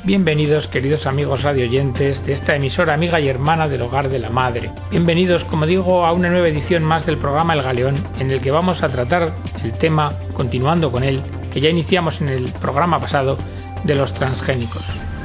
Bienvenidos, queridos amigos radioyentes de esta emisora amiga y hermana del Hogar de la Madre. Bienvenidos, como digo, a una nueva edición más del programa El Galeón, en el que vamos a tratar el tema, continuando con él, que ya iniciamos en el programa pasado, de los transgénicos.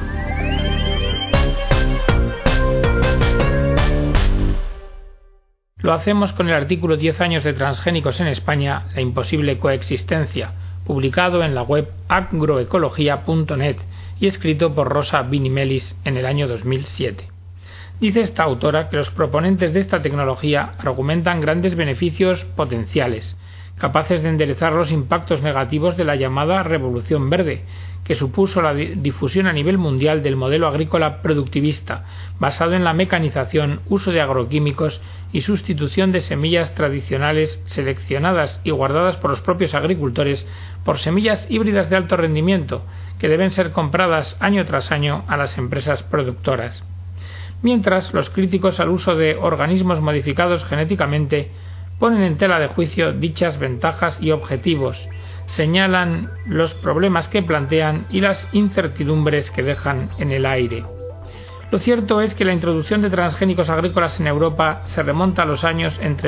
Lo hacemos con el artículo 10 años de transgénicos en España, la imposible coexistencia, publicado en la web agroecología.net y escrito por Rosa Vinimelis en el año 2007. Dice esta autora que los proponentes de esta tecnología argumentan grandes beneficios potenciales, capaces de enderezar los impactos negativos de la llamada Revolución Verde, que supuso la difusión a nivel mundial del modelo agrícola productivista, basado en la mecanización, uso de agroquímicos y sustitución de semillas tradicionales seleccionadas y guardadas por los propios agricultores por semillas híbridas de alto rendimiento, que deben ser compradas año tras año a las empresas productoras. Mientras, los críticos al uso de organismos modificados genéticamente ponen en tela de juicio dichas ventajas y objetivos, señalan los problemas que plantean y las incertidumbres que dejan en el aire. Lo cierto es que la introducción de transgénicos agrícolas en Europa se remonta a los años entre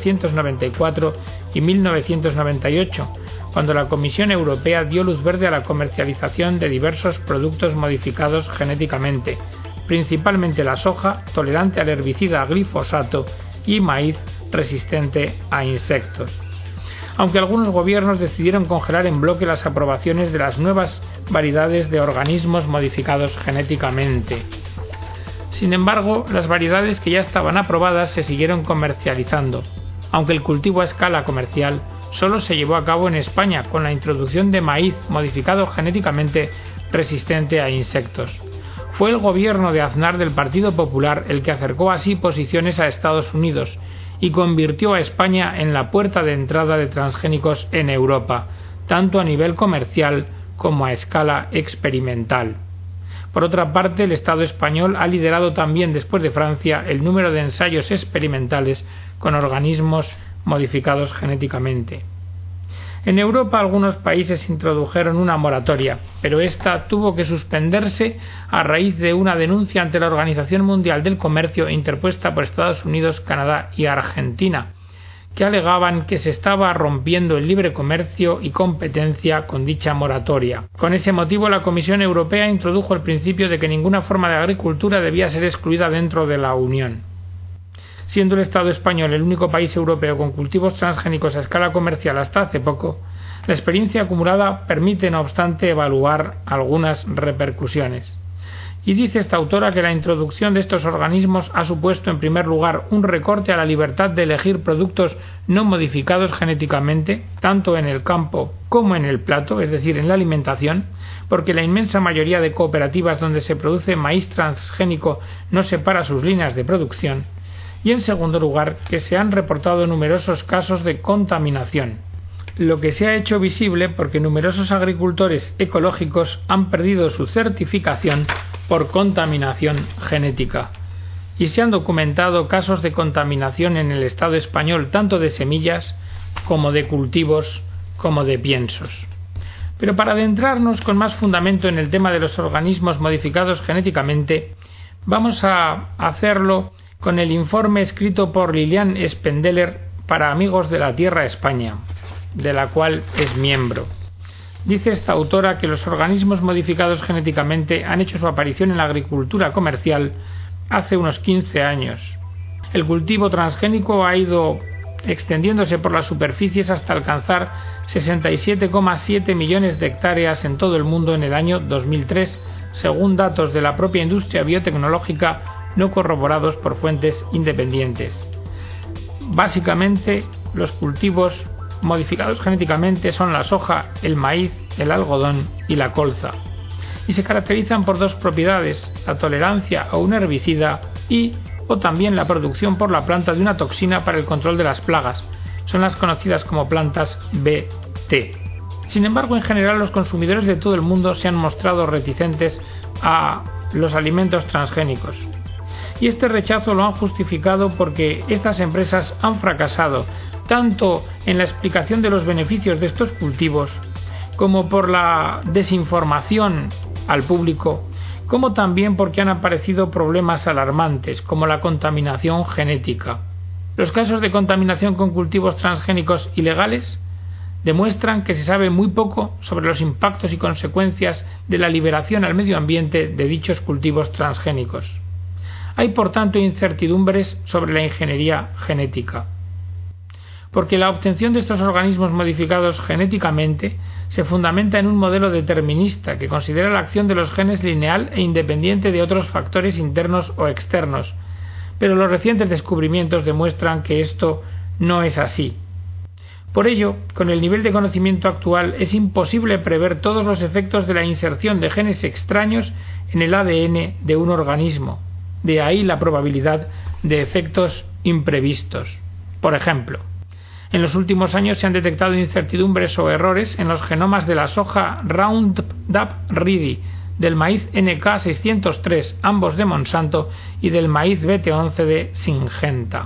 1994 y 1998, cuando la Comisión Europea dio luz verde a la comercialización de diversos productos modificados genéticamente, principalmente la soja, tolerante al herbicida glifosato, y maíz, resistente a insectos. Aunque algunos gobiernos decidieron congelar en bloque las aprobaciones de las nuevas variedades de organismos modificados genéticamente. Sin embargo, las variedades que ya estaban aprobadas se siguieron comercializando, aunque el cultivo a escala comercial solo se llevó a cabo en España con la introducción de maíz modificado genéticamente resistente a insectos. Fue el gobierno de Aznar del Partido Popular el que acercó así posiciones a Estados Unidos y convirtió a España en la puerta de entrada de transgénicos en Europa, tanto a nivel comercial como a escala experimental. Por otra parte, el Estado español ha liderado también, después de Francia, el número de ensayos experimentales con organismos modificados genéticamente. En Europa algunos países introdujeron una moratoria, pero esta tuvo que suspenderse a raíz de una denuncia ante la Organización Mundial del Comercio interpuesta por Estados Unidos, Canadá y Argentina, que alegaban que se estaba rompiendo el libre comercio y competencia con dicha moratoria. Con ese motivo, la Comisión Europea introdujo el principio de que ninguna forma de agricultura debía ser excluida dentro de la Unión. Siendo el Estado español el único país europeo con cultivos transgénicos a escala comercial hasta hace poco, la experiencia acumulada permite, no obstante, evaluar algunas repercusiones. Y dice esta autora que la introducción de estos organismos ha supuesto, en primer lugar, un recorte a la libertad de elegir productos no modificados genéticamente, tanto en el campo como en el plato, es decir, en la alimentación, porque la inmensa mayoría de cooperativas donde se produce maíz transgénico no separa sus líneas de producción. Y en segundo lugar, que se han reportado numerosos casos de contaminación, lo que se ha hecho visible porque numerosos agricultores ecológicos han perdido su certificación por contaminación genética. Y se han documentado casos de contaminación en el Estado español tanto de semillas como de cultivos como de piensos. Pero para adentrarnos con más fundamento en el tema de los organismos modificados genéticamente, vamos a hacerlo con el informe escrito por Lilian Spendeler para Amigos de la Tierra España, de la cual es miembro. Dice esta autora que los organismos modificados genéticamente han hecho su aparición en la agricultura comercial hace unos 15 años. El cultivo transgénico ha ido extendiéndose por las superficies hasta alcanzar 67,7 millones de hectáreas en todo el mundo en el año 2003, según datos de la propia industria biotecnológica no corroborados por fuentes independientes. Básicamente, los cultivos modificados genéticamente son la soja, el maíz, el algodón y la colza, y se caracterizan por dos propiedades: la tolerancia a un herbicida o también la producción por la planta de una toxina para el control de las plagas. Son las conocidas como plantas BT. Sin embargo, en general, los consumidores de todo el mundo se han mostrado reticentes a los alimentos transgénicos. Y este rechazo lo han justificado porque estas empresas han fracasado tanto en la explicación de los beneficios de estos cultivos como por la desinformación al público, como también porque han aparecido problemas alarmantes como la contaminación genética. Los casos de contaminación con cultivos transgénicos ilegales demuestran que se sabe muy poco sobre los impactos y consecuencias de la liberación al medio ambiente de dichos cultivos transgénicos. Hay, por tanto, incertidumbres sobre la ingeniería genética, porque la obtención de estos organismos modificados genéticamente se fundamenta en un modelo determinista que considera la acción de los genes lineal e independiente de otros factores internos o externos, pero los recientes descubrimientos demuestran que esto no es así. Por ello, con el nivel de conocimiento actual es imposible prever todos los efectos de la inserción de genes extraños en el ADN de un organismo. De ahí la probabilidad de efectos imprevistos. Por ejemplo, en los últimos años se han detectado incertidumbres o errores en los genomas de la soja Roundup Ready, del maíz NK603, ambos de Monsanto, y del maíz BT11 de Syngenta.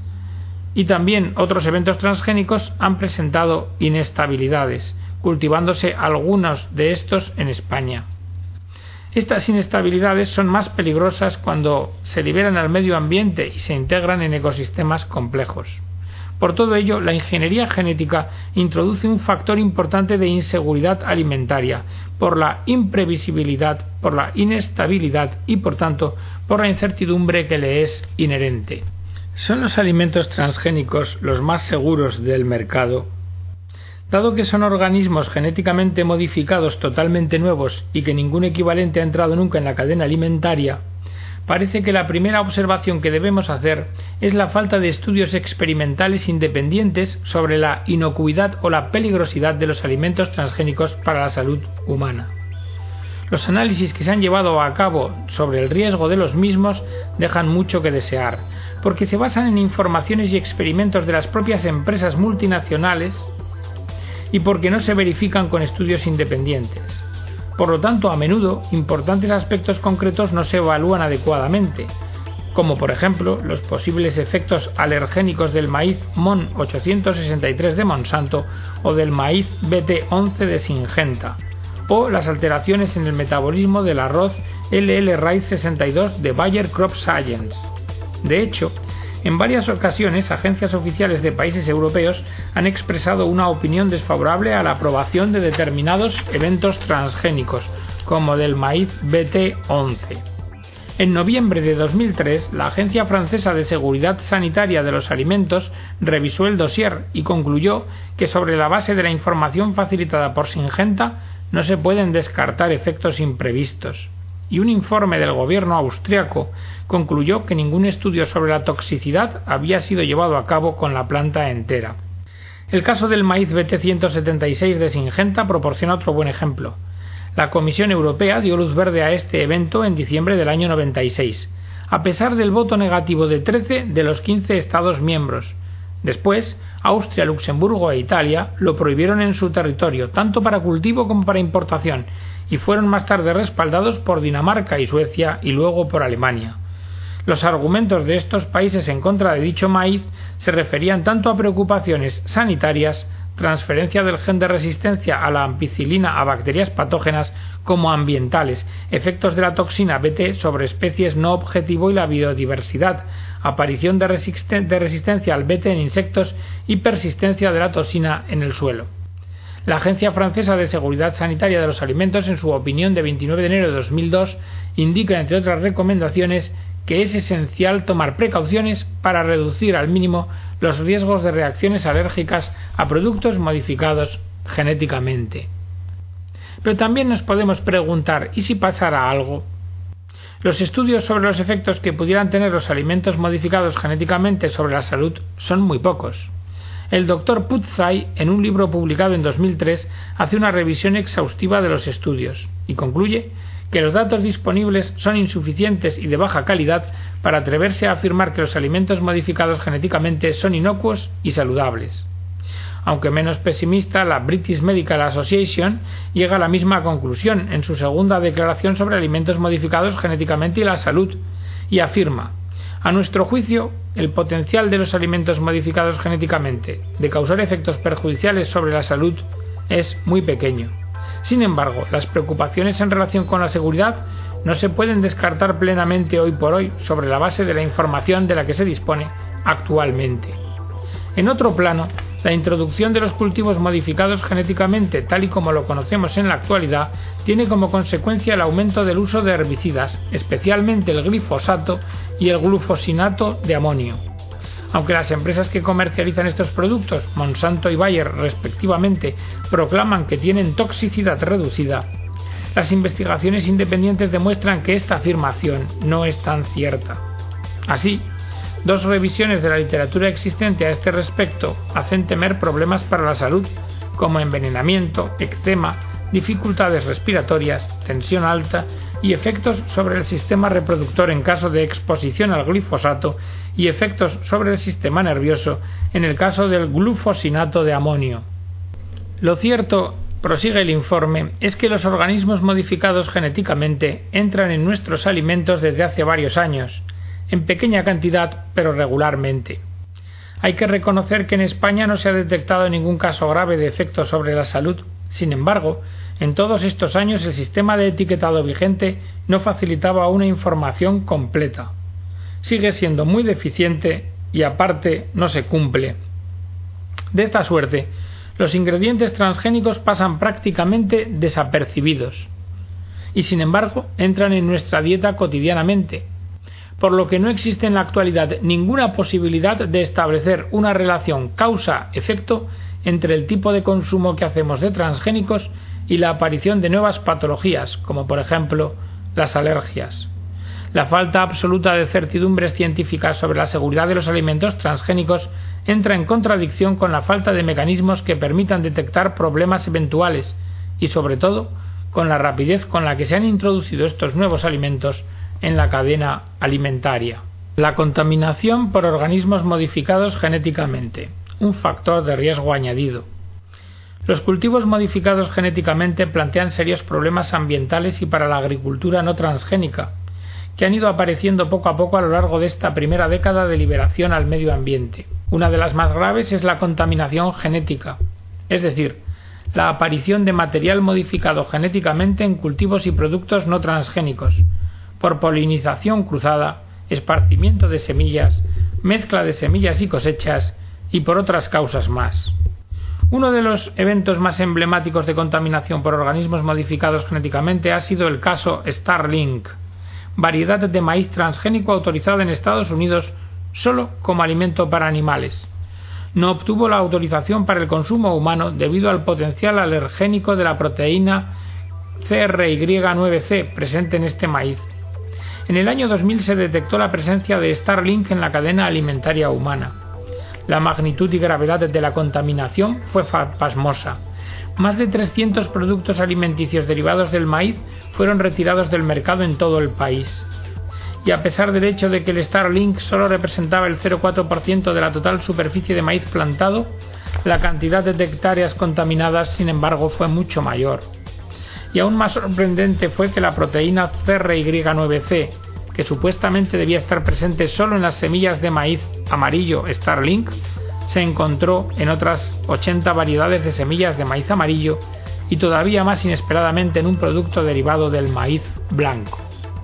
Y también otros eventos transgénicos han presentado inestabilidades, cultivándose algunos de estos en España. Estas inestabilidades son más peligrosas cuando se liberan al medio ambiente y se integran en ecosistemas complejos. Por todo ello, la ingeniería genética introduce un factor importante de inseguridad alimentaria, por la imprevisibilidad, por la inestabilidad y, por tanto, por la incertidumbre que le es inherente. ¿Son los alimentos transgénicos los más seguros del mercado? Dado que son organismos genéticamente modificados totalmente nuevos y que ningún equivalente ha entrado nunca en la cadena alimentaria, parece que la primera observación que debemos hacer es la falta de estudios experimentales independientes sobre la inocuidad o la peligrosidad de los alimentos transgénicos para la salud humana. Los análisis que se han llevado a cabo sobre el riesgo de los mismos dejan mucho que desear, porque se basan en informaciones y experimentos de las propias empresas multinacionales y porque no se verifican con estudios independientes. Por lo tanto, a menudo, importantes aspectos concretos no se evalúan adecuadamente, como por ejemplo los posibles efectos alergénicos del maíz MON 863 de Monsanto o del maíz BT11 de Syngenta, o las alteraciones en el metabolismo del arroz LL Rice 62 de Bayer Crop Science. De hecho, en varias ocasiones, agencias oficiales de países europeos han expresado una opinión desfavorable a la aprobación de determinados eventos transgénicos, como del maíz BT11. En noviembre de 2003, la Agencia Francesa de Seguridad Sanitaria de los Alimentos revisó el dossier y concluyó que sobre la base de la información facilitada por Syngenta no se pueden descartar efectos imprevistos. Y un informe del gobierno austriaco concluyó que ningún estudio sobre la toxicidad había sido llevado a cabo con la planta entera. El caso del maíz BT176 de Syngenta proporciona otro buen ejemplo. La Comisión Europea dio luz verde a este evento en diciembre del año 96, a pesar del voto negativo de 13 de los 15 Estados miembros. Después, Austria, Luxemburgo e Italia lo prohibieron en su territorio, tanto para cultivo como para importación, y fueron más tarde respaldados por Dinamarca y Suecia y luego por Alemania. Los argumentos de estos países en contra de dicho maíz se referían tanto a preocupaciones sanitarias, transferencia del gen de resistencia a la ampicilina a bacterias patógenas, como ambientales, efectos de la toxina BT sobre especies no objetivo y la biodiversidad, aparición de resistencia al BT en insectos y persistencia de la toxina en el suelo. La Agencia Francesa de Seguridad Sanitaria de los Alimentos, en su opinión de 29 de enero de 2002, indica, entre otras recomendaciones, que es esencial tomar precauciones para reducir al mínimo los riesgos de reacciones alérgicas a productos modificados genéticamente. Pero también nos podemos preguntar, ¿y si pasara algo? Los estudios sobre los efectos que pudieran tener los alimentos modificados genéticamente sobre la salud son muy pocos. El Dr. Putzai, en un libro publicado en 2003, hace una revisión exhaustiva de los estudios y concluye que los datos disponibles son insuficientes y de baja calidad para atreverse a afirmar que los alimentos modificados genéticamente son inocuos y saludables. Aunque menos pesimista, la British Medical Association llega a la misma conclusión en su segunda declaración sobre alimentos modificados genéticamente y la salud, y afirma: a nuestro juicio, el potencial de los alimentos modificados genéticamente de causar efectos perjudiciales sobre la salud es muy pequeño. Sin embargo, las preocupaciones en relación con la seguridad no se pueden descartar plenamente hoy por hoy sobre la base de la información de la que se dispone actualmente. En otro plano, la introducción de los cultivos modificados genéticamente, tal y como lo conocemos en la actualidad, tiene como consecuencia el aumento del uso de herbicidas, especialmente el glifosato y el glufosinato de amonio. Aunque las empresas que comercializan estos productos, Monsanto y Bayer respectivamente, proclaman que tienen toxicidad reducida, las investigaciones independientes demuestran que esta afirmación no es tan cierta. Así, dos revisiones de la literatura existente a este respecto hacen temer problemas para la salud, como envenenamiento, eczema, dificultades respiratorias, tensión alta y efectos sobre el sistema reproductor en caso de exposición al glifosato y efectos sobre el sistema nervioso en el caso del glufosinato de amonio. Lo cierto, prosigue el informe, es que los organismos modificados genéticamente entran en nuestros alimentos desde hace varios años, en pequeña cantidad pero regularmente. Hay que reconocer que en España no se ha detectado ningún caso grave de efecto sobre la salud. Sin embargo, en todos estos años el sistema de etiquetado vigente no facilitaba una información completa. Sigue siendo muy deficiente y aparte no se cumple. De esta suerte, los ingredientes transgénicos pasan prácticamente desapercibidos y sin embargo entran en nuestra dieta cotidianamente, por lo que no existe en la actualidad ninguna posibilidad de establecer una relación causa-efecto entre el tipo de consumo que hacemos de transgénicos y la aparición de nuevas patologías, como por ejemplo las alergias. La falta absoluta de certidumbres científicas sobre la seguridad de los alimentos transgénicos entra en contradicción con la falta de mecanismos que permitan detectar problemas eventuales y, sobre todo, con la rapidez con la que se han introducido estos nuevos alimentos en la cadena alimentaria. La contaminación por organismos modificados genéticamente, un factor de riesgo añadido. Los cultivos modificados genéticamente plantean serios problemas ambientales y para la agricultura no transgénica, que han ido apareciendo poco a poco a lo largo de esta primera década de liberación al medio ambiente. Una de las más graves es la contaminación genética, es decir, la aparición de material modificado genéticamente en cultivos y productos no transgénicos, por polinización cruzada, esparcimiento de semillas, mezcla de semillas y cosechas, y por otras causas más. Uno de los eventos más emblemáticos de contaminación por organismos modificados genéticamente ha sido el caso Starlink, variedad de maíz transgénico autorizada en Estados Unidos solo como alimento para animales. No obtuvo la autorización para el consumo humano debido al potencial alergénico de la proteína CRY9C presente en este maíz. En el año 2000 se detectó la presencia de Starlink en la cadena alimentaria humana. La magnitud y gravedad de la contaminación fue pasmosa. Más de 300 productos alimenticios derivados del maíz fueron retirados del mercado en todo el país. Y a pesar del hecho de que el Starlink solo representaba el 0,4% de la total superficie de maíz plantado, la cantidad de hectáreas contaminadas, sin embargo, fue mucho mayor. Y aún más sorprendente fue que la proteína CRY9C, que supuestamente debía estar presente solo en las semillas de maíz amarillo Starlink, se encontró en otras 80 variedades de semillas de maíz amarillo y todavía más inesperadamente en un producto derivado del maíz blanco.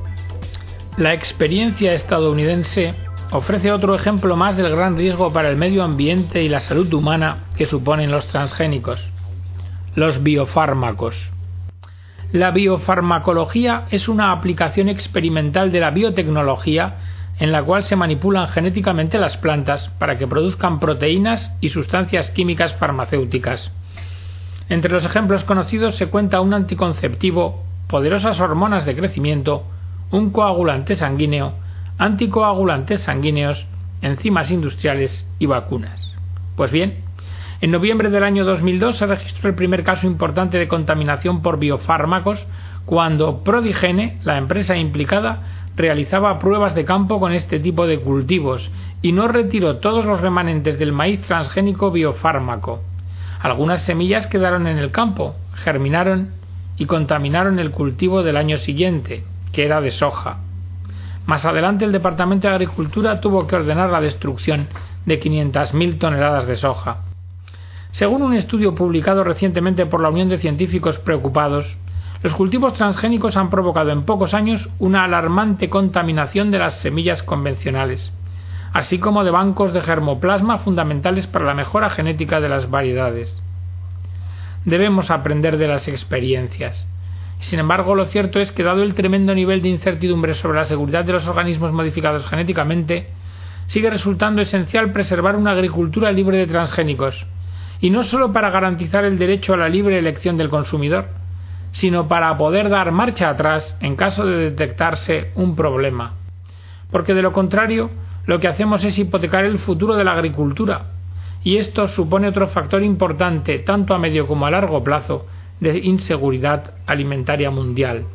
La experiencia estadounidense ofrece otro ejemplo más del gran riesgo para el medio ambiente y la salud humana que suponen los transgénicos: los biofármacos. La biofarmacología es una aplicación experimental de la biotecnología en la cual se manipulan genéticamente las plantas para que produzcan proteínas y sustancias químicas farmacéuticas. Entre los ejemplos conocidos se cuenta un anticonceptivo, poderosas hormonas de crecimiento, un coagulante sanguíneo, anticoagulantes sanguíneos, enzimas industriales y vacunas. Pues bien, en noviembre del año 2002 se registró el primer caso importante de contaminación por biofármacos cuando Prodigene, la empresa implicada, realizaba pruebas de campo con este tipo de cultivos y no retiró todos los remanentes del maíz transgénico biofármaco. Algunas semillas quedaron en el campo, germinaron y contaminaron el cultivo del año siguiente, que era de soja. Más adelante el Departamento de Agricultura tuvo que ordenar la destrucción de 500.000 toneladas de soja. Según un estudio publicado recientemente por la Unión de Científicos Preocupados, los cultivos transgénicos han provocado en pocos años una alarmante contaminación de las semillas convencionales, así como de bancos de germoplasma fundamentales para la mejora genética de las variedades. Debemos aprender de las experiencias. Sin embargo, lo cierto es que, dado el tremendo nivel de incertidumbre sobre la seguridad de los organismos modificados genéticamente, sigue resultando esencial preservar una agricultura libre de transgénicos, y no solo para garantizar el derecho a la libre elección del consumidor, sino para poder dar marcha atrás en caso de detectarse un problema. Porque de lo contrario, lo que hacemos es hipotecar el futuro de la agricultura, y esto supone otro factor importante, tanto a medio como a largo plazo, de inseguridad alimentaria mundial.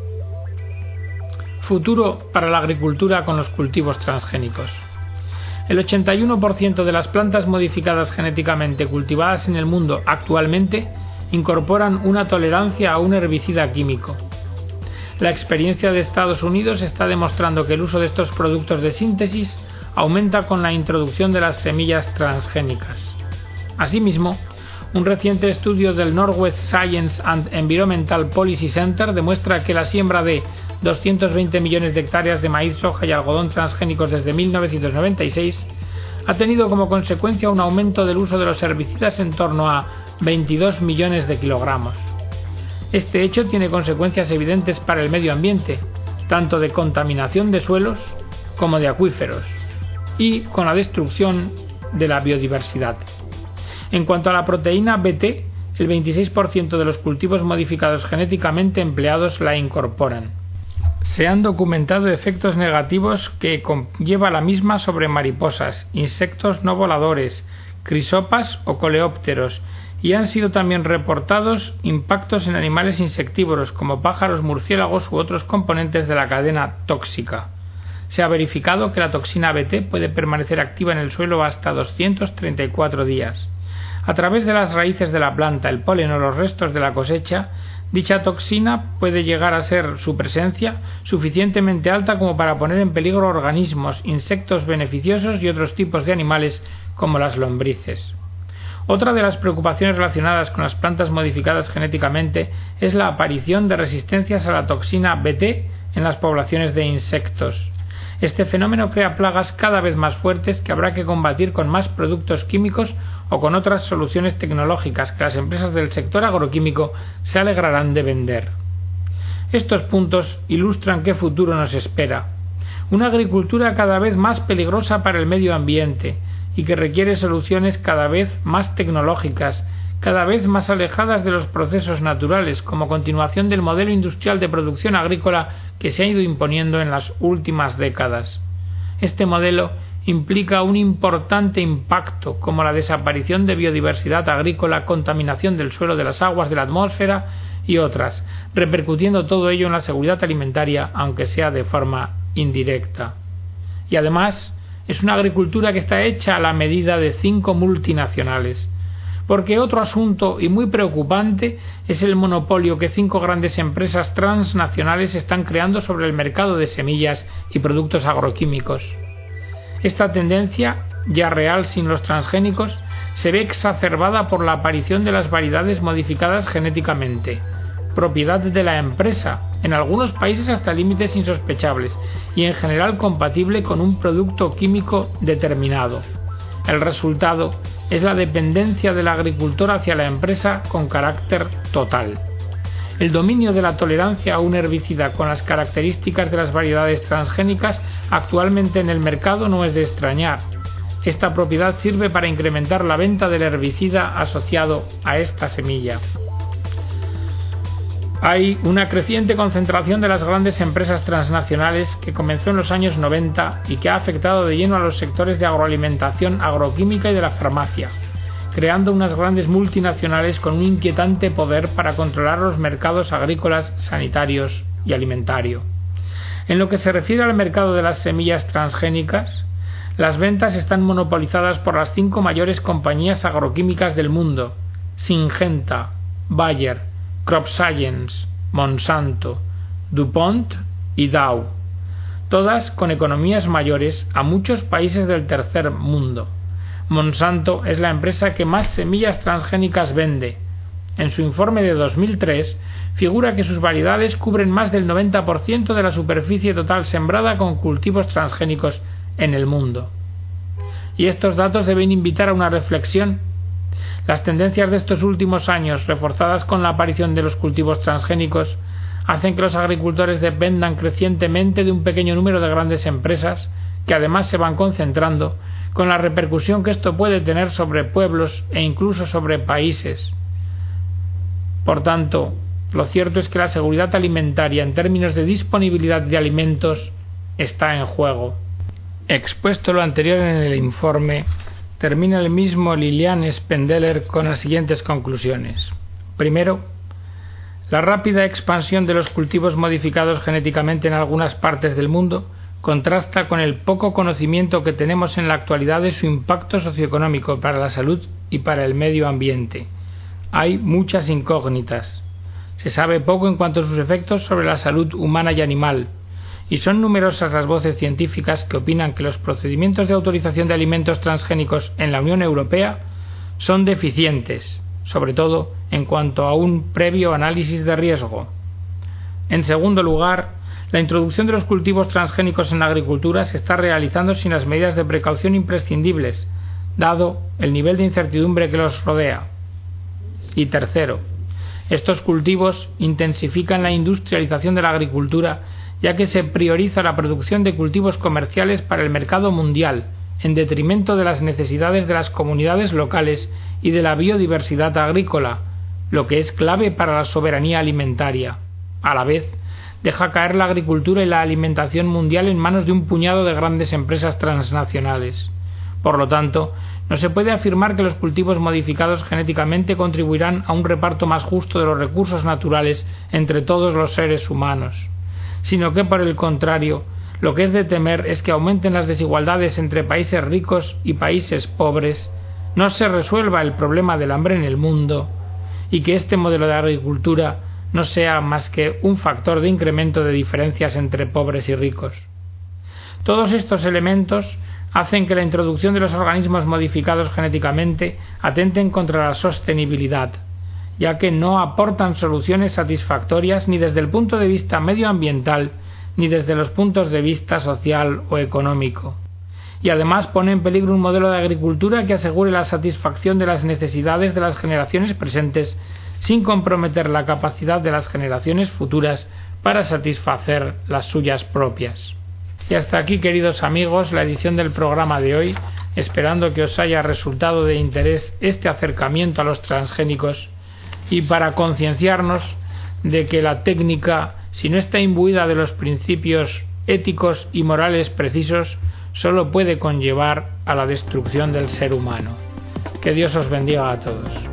Futuro para la agricultura con los cultivos transgénicos. El 81% de las plantas modificadas genéticamente cultivadas en el mundo actualmente incorporan una tolerancia a un herbicida químico. La experiencia de Estados Unidos está demostrando que el uso de estos productos de síntesis aumenta con la introducción de las semillas transgénicas. Asimismo, un reciente estudio del Northwest Science and Environmental Policy Center demuestra que la siembra de 220 millones de hectáreas de maíz, soja y algodón transgénicos desde 1996 ha tenido como consecuencia un aumento del uso de los herbicidas en torno a 22 millones de kilogramos. Este hecho tiene consecuencias evidentes para el medio ambiente, tanto de contaminación de suelos como de acuíferos, y con la destrucción de la biodiversidad. En cuanto a la proteína Bt, el 26% de los cultivos modificados genéticamente empleados la incorporan. Se han documentado efectos negativos que conlleva la misma sobre mariposas, insectos no voladores, crisopas o coleópteros, y han sido también reportados impactos en animales insectívoros como pájaros, murciélagos u otros componentes de la cadena tóxica. Se ha verificado que la toxina Bt puede permanecer activa en el suelo hasta 234 días. A través de las raíces de la planta, el polen o los restos de la cosecha, dicha toxina puede llegar a ser su presencia suficientemente alta como para poner en peligro organismos, insectos beneficiosos y otros tipos de animales como las lombrices. Otra de las preocupaciones relacionadas con las plantas modificadas genéticamente es la aparición de resistencias a la toxina Bt en las poblaciones de insectos. Este fenómeno crea plagas cada vez más fuertes que habrá que combatir con más productos químicos o con otras soluciones tecnológicas que las empresas del sector agroquímico se alegrarán de vender. Estos puntos ilustran qué futuro nos espera. Una agricultura cada vez más peligrosa para el medio ambiente y que requiere soluciones cada vez más tecnológicas, cada vez más alejadas de los procesos naturales, como continuación del modelo industrial de producción agrícola que se ha ido imponiendo en las últimas décadas. Este modelo implica un importante impacto, como la desaparición de biodiversidad agrícola, contaminación del suelo, de las aguas, de la atmósfera y otras, repercutiendo todo ello en la seguridad alimentaria, aunque sea de forma indirecta. Y además, es una agricultura que está hecha a la medida de 5 multinacionales. Porque otro asunto y muy preocupante es el monopolio que 5 grandes empresas transnacionales están creando sobre el mercado de semillas y productos agroquímicos. Esta tendencia, ya real sin los transgénicos, se ve exacerbada por la aparición de las variedades modificadas genéticamente, propiedad de la empresa, en algunos países hasta límites insospechables, y en general compatible con un producto químico determinado. El resultado es la dependencia del agricultor hacia la empresa con carácter total. El dominio de la tolerancia a un herbicida con las características de las variedades transgénicas actualmente en el mercado no es de extrañar. Esta propiedad sirve para incrementar la venta del herbicida asociado a esta semilla. Hay una creciente concentración de las grandes empresas transnacionales que comenzó en los años 90 y que ha afectado de lleno a los sectores de agroalimentación, agroquímica y de la farmacia, creando unas grandes multinacionales con un inquietante poder para controlar los mercados agrícolas, sanitarios y alimentario. En lo que se refiere al mercado de las semillas transgénicas, las ventas están monopolizadas por las 5 mayores compañías agroquímicas del mundo: Syngenta, Bayer, Crop Science, Monsanto, DuPont y Dow, todas con economías mayores a muchos países del tercer mundo. Monsanto es la empresa que más semillas transgénicas vende. En su informe de 2003 figura que sus variedades cubren más del 90% de la superficie total sembrada con cultivos transgénicos en el mundo. Y estos datos deben invitar a una reflexión. Las tendencias de estos últimos años, reforzadas con la aparición de los cultivos transgénicos, hacen que los agricultores dependan crecientemente de un pequeño número de grandes empresas, que además se van concentrando, con la repercusión que esto puede tener sobre pueblos e incluso sobre países. Por tanto, lo cierto es que la seguridad alimentaria en términos de disponibilidad de alimentos está en juego. Expuesto lo anterior en el informe, termina el mismo Lilian Spendeler con las siguientes conclusiones. Primero, la rápida expansión de los cultivos modificados genéticamente en algunas partes del mundo contrasta con el poco conocimiento que tenemos en la actualidad de su impacto socioeconómico para la salud y para el medio ambiente. Hay muchas incógnitas. Se sabe poco en cuanto a sus efectos sobre la salud humana y animal, y son numerosas las voces científicas que opinan que los procedimientos de autorización de alimentos transgénicos en la Unión Europea son deficientes, sobre todo en cuanto a un previo análisis de riesgo. En segundo lugar, la introducción de los cultivos transgénicos en la agricultura se está realizando sin las medidas de precaución imprescindibles, dado el nivel de incertidumbre que los rodea. Y tercero, estos cultivos intensifican la industrialización de la agricultura, ya que se prioriza la producción de cultivos comerciales para el mercado mundial, en detrimento de las necesidades de las comunidades locales y de la biodiversidad agrícola, lo que es clave para la soberanía alimentaria. A la vez, deja caer la agricultura y la alimentación mundial en manos de un puñado de grandes empresas transnacionales. Por lo tanto, no se puede afirmar que los cultivos modificados genéticamente contribuirán a un reparto más justo de los recursos naturales entre todos los seres humanos, sino que, por el contrario, lo que es de temer es que aumenten las desigualdades entre países ricos y países pobres, no se resuelva el problema del hambre en el mundo y que este modelo de agricultura no sea más que un factor de incremento de diferencias entre pobres y ricos. Todos estos elementos hacen que la introducción de los organismos modificados genéticamente atenten contra la sostenibilidad, ya que no aportan soluciones satisfactorias ni desde el punto de vista medioambiental ni desde los puntos de vista social o económico. Y además pone en peligro un modelo de agricultura que asegure la satisfacción de las necesidades de las generaciones presentes sin comprometer la capacidad de las generaciones futuras para satisfacer las suyas propias. Y hasta aquí, queridos amigos, la edición del programa de hoy, esperando que os haya resultado de interés este acercamiento a los transgénicos y para concienciarnos de que la técnica, si no está imbuida de los principios éticos y morales precisos, solo puede conllevar a la destrucción del ser humano. Que Dios os bendiga a todos.